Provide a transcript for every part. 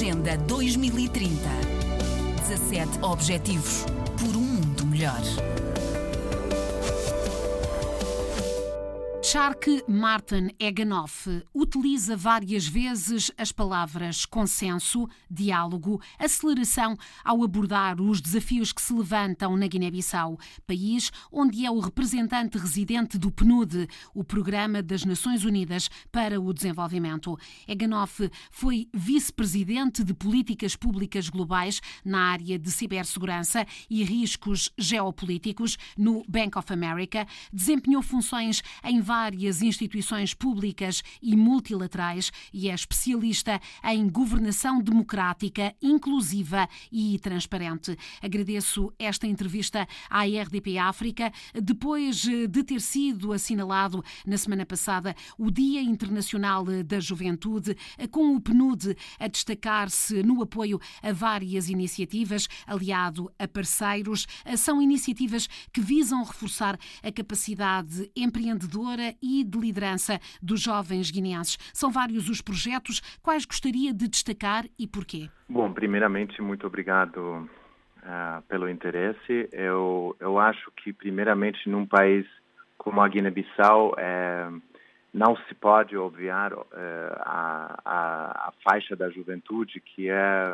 Agenda 2030. 17 Objetivos por um mundo melhor. Shark Martin Eganoff utiliza várias vezes as palavras consenso, diálogo, aceleração ao abordar os desafios que se levantam na Guiné-Bissau, país onde é o representante residente do PNUD, o Programa das Nações Unidas para o Desenvolvimento. Eganoff foi vice-presidente de Políticas Públicas Globais na área de cibersegurança e riscos geopolíticos no Bank of America, desempenhou funções em várias instituições públicas e multilaterais e é especialista em governação democrática, inclusiva e transparente. Agradeço esta entrevista à RDP África, depois de ter sido assinalado na semana passada o Dia Internacional da Juventude, com o PNUD a destacar-se no apoio a várias iniciativas, aliado a parceiros. São iniciativas que visam reforçar a capacidade empreendedora e de liderança dos jovens guineenses. São vários os projetos. Quais gostaria de destacar e porquê? Bom, primeiramente, muito obrigado pelo interesse. Eu acho que, primeiramente, num país como a Guiné-Bissau, não se pode obviar a faixa da juventude, que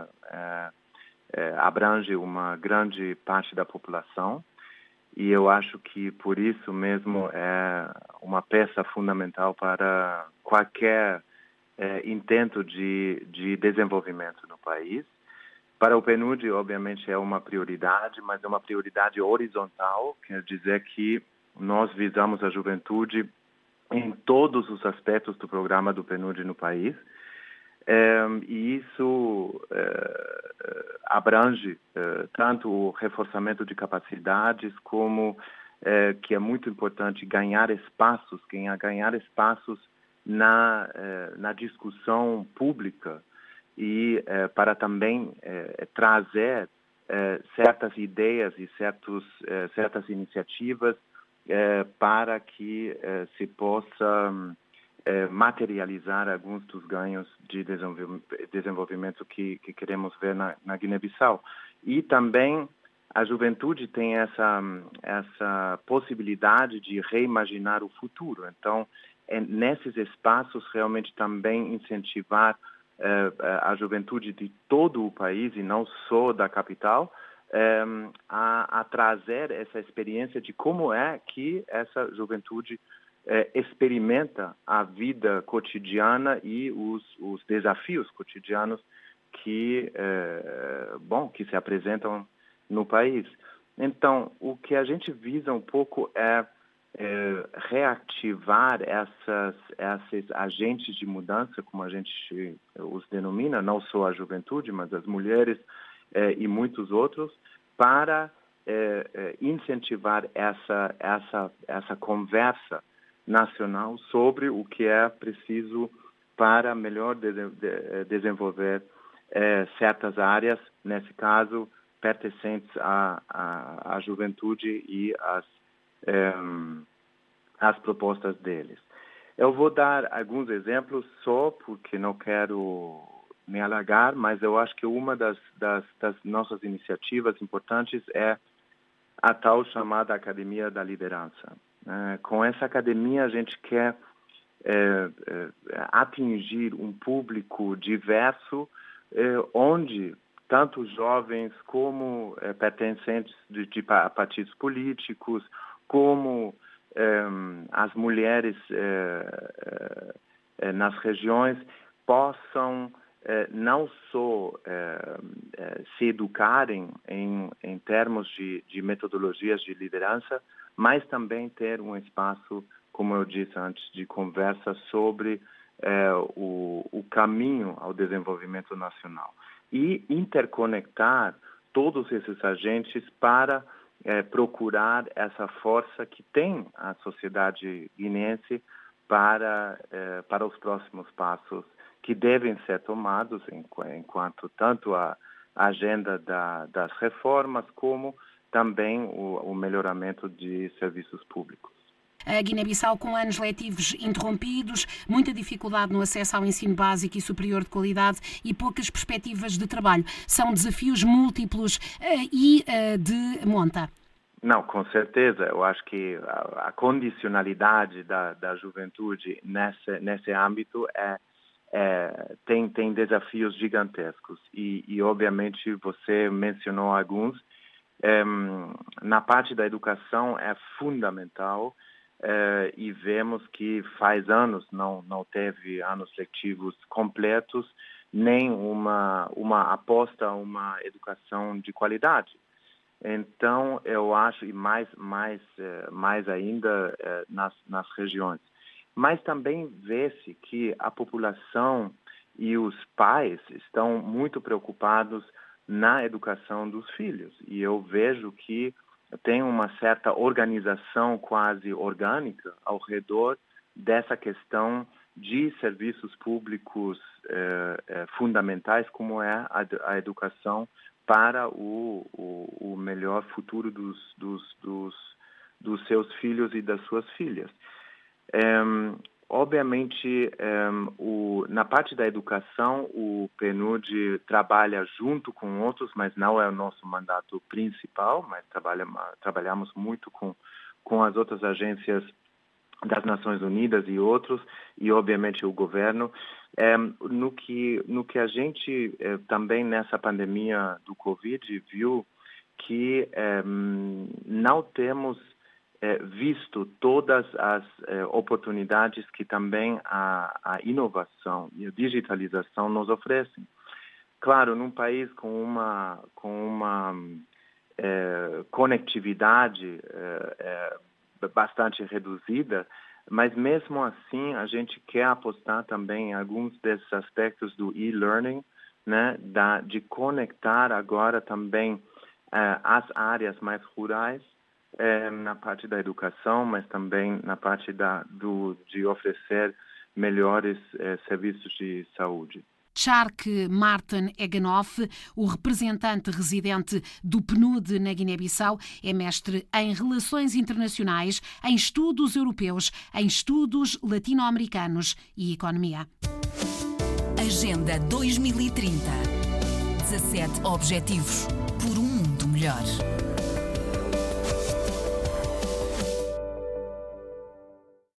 abrange uma grande parte da população. E eu acho que, por isso mesmo, é uma peça fundamental para qualquer intento de desenvolvimento no país. Para o PNUD, obviamente, é uma prioridade, mas é uma prioridade horizontal, quer dizer que nós visamos a juventude em todos os aspectos do programa do PNUD no país. E isso abrange tanto o reforçamento de capacidades como, que é muito importante, ganhar espaços na discussão pública e para também trazer certas ideias e certas iniciativas para que se possa materializar alguns dos ganhos de desenvolvimento que queremos ver na Guiné-Bissau. E também a juventude tem essa possibilidade de reimaginar o futuro. Então, nesses espaços, realmente também incentivar a juventude de todo o país, e não só da capital, a trazer essa experiência de como é que essa juventude experimenta a vida cotidiana e os desafios cotidianos que se apresentam no país. Então, o que a gente visa um pouco é reativar esses agentes de mudança, como a gente os denomina, não só a juventude, mas as mulheres e muitos outros, para incentivar essa conversa nacional sobre o que é preciso para melhor desenvolver certas áreas, nesse caso, pertencentes à juventude e às propostas deles. Eu vou dar alguns exemplos só porque não quero me alargar, mas eu acho que uma das nossas iniciativas importantes é a tal chamada Academia da Liderança. Com essa academia, a gente quer atingir um público diverso, onde tanto jovens como pertencentes de partidos políticos, como as mulheres nas regiões, possam não só se educarem em termos de metodologias de liderança, mas também ter um espaço, como eu disse antes, de conversa sobre o caminho ao desenvolvimento nacional. E interconectar todos esses agentes para procurar essa força que tem a sociedade guineense para os próximos passos que devem ser tomados enquanto tanto a agenda das reformas como também o melhoramento de serviços públicos. a Guiné-Bissau com anos letivos interrompidos, muita dificuldade no acesso ao ensino básico e superior de qualidade e poucas perspectivas de trabalho. São desafios múltiplos e de monta. Não, com certeza. Eu acho que a condicionalidade da juventude nesse âmbito tem desafios gigantescos. E, obviamente, você mencionou alguns. Na parte da educação é fundamental e vemos que faz anos não teve anos letivos completos, nem uma aposta a uma educação de qualidade. Então, eu acho, e mais ainda nas regiões. Mas também vê-se que a população e os pais estão muito preocupados na educação dos filhos. E eu vejo que tem uma certa organização quase orgânica ao redor dessa questão de serviços públicos fundamentais, como é a educação para o melhor futuro dos seus filhos e das suas filhas. Obviamente, na parte da educação, o PNUD trabalha junto com outros, mas não é o nosso mandato principal, mas trabalhamos muito com as outras agências das Nações Unidas e outros, e obviamente o governo, no que a gente também nessa pandemia do Covid viu que não temos visto todas as oportunidades que também a inovação e a digitalização nos oferecem. Claro, num país com uma conectividade bastante reduzida, mas mesmo assim a gente quer apostar também em alguns desses aspectos do e-learning, né, de conectar agora também as áreas mais rurais na parte da educação, mas também na parte de oferecer melhores serviços de saúde. Tchark Martin Egenoff, o representante residente do PNUD na Guiné-Bissau, é mestre em Relações Internacionais, em Estudos Europeus, em Estudos Latino-Americanos e Economia. Agenda 2030. 17 Objetivos por um mundo melhor.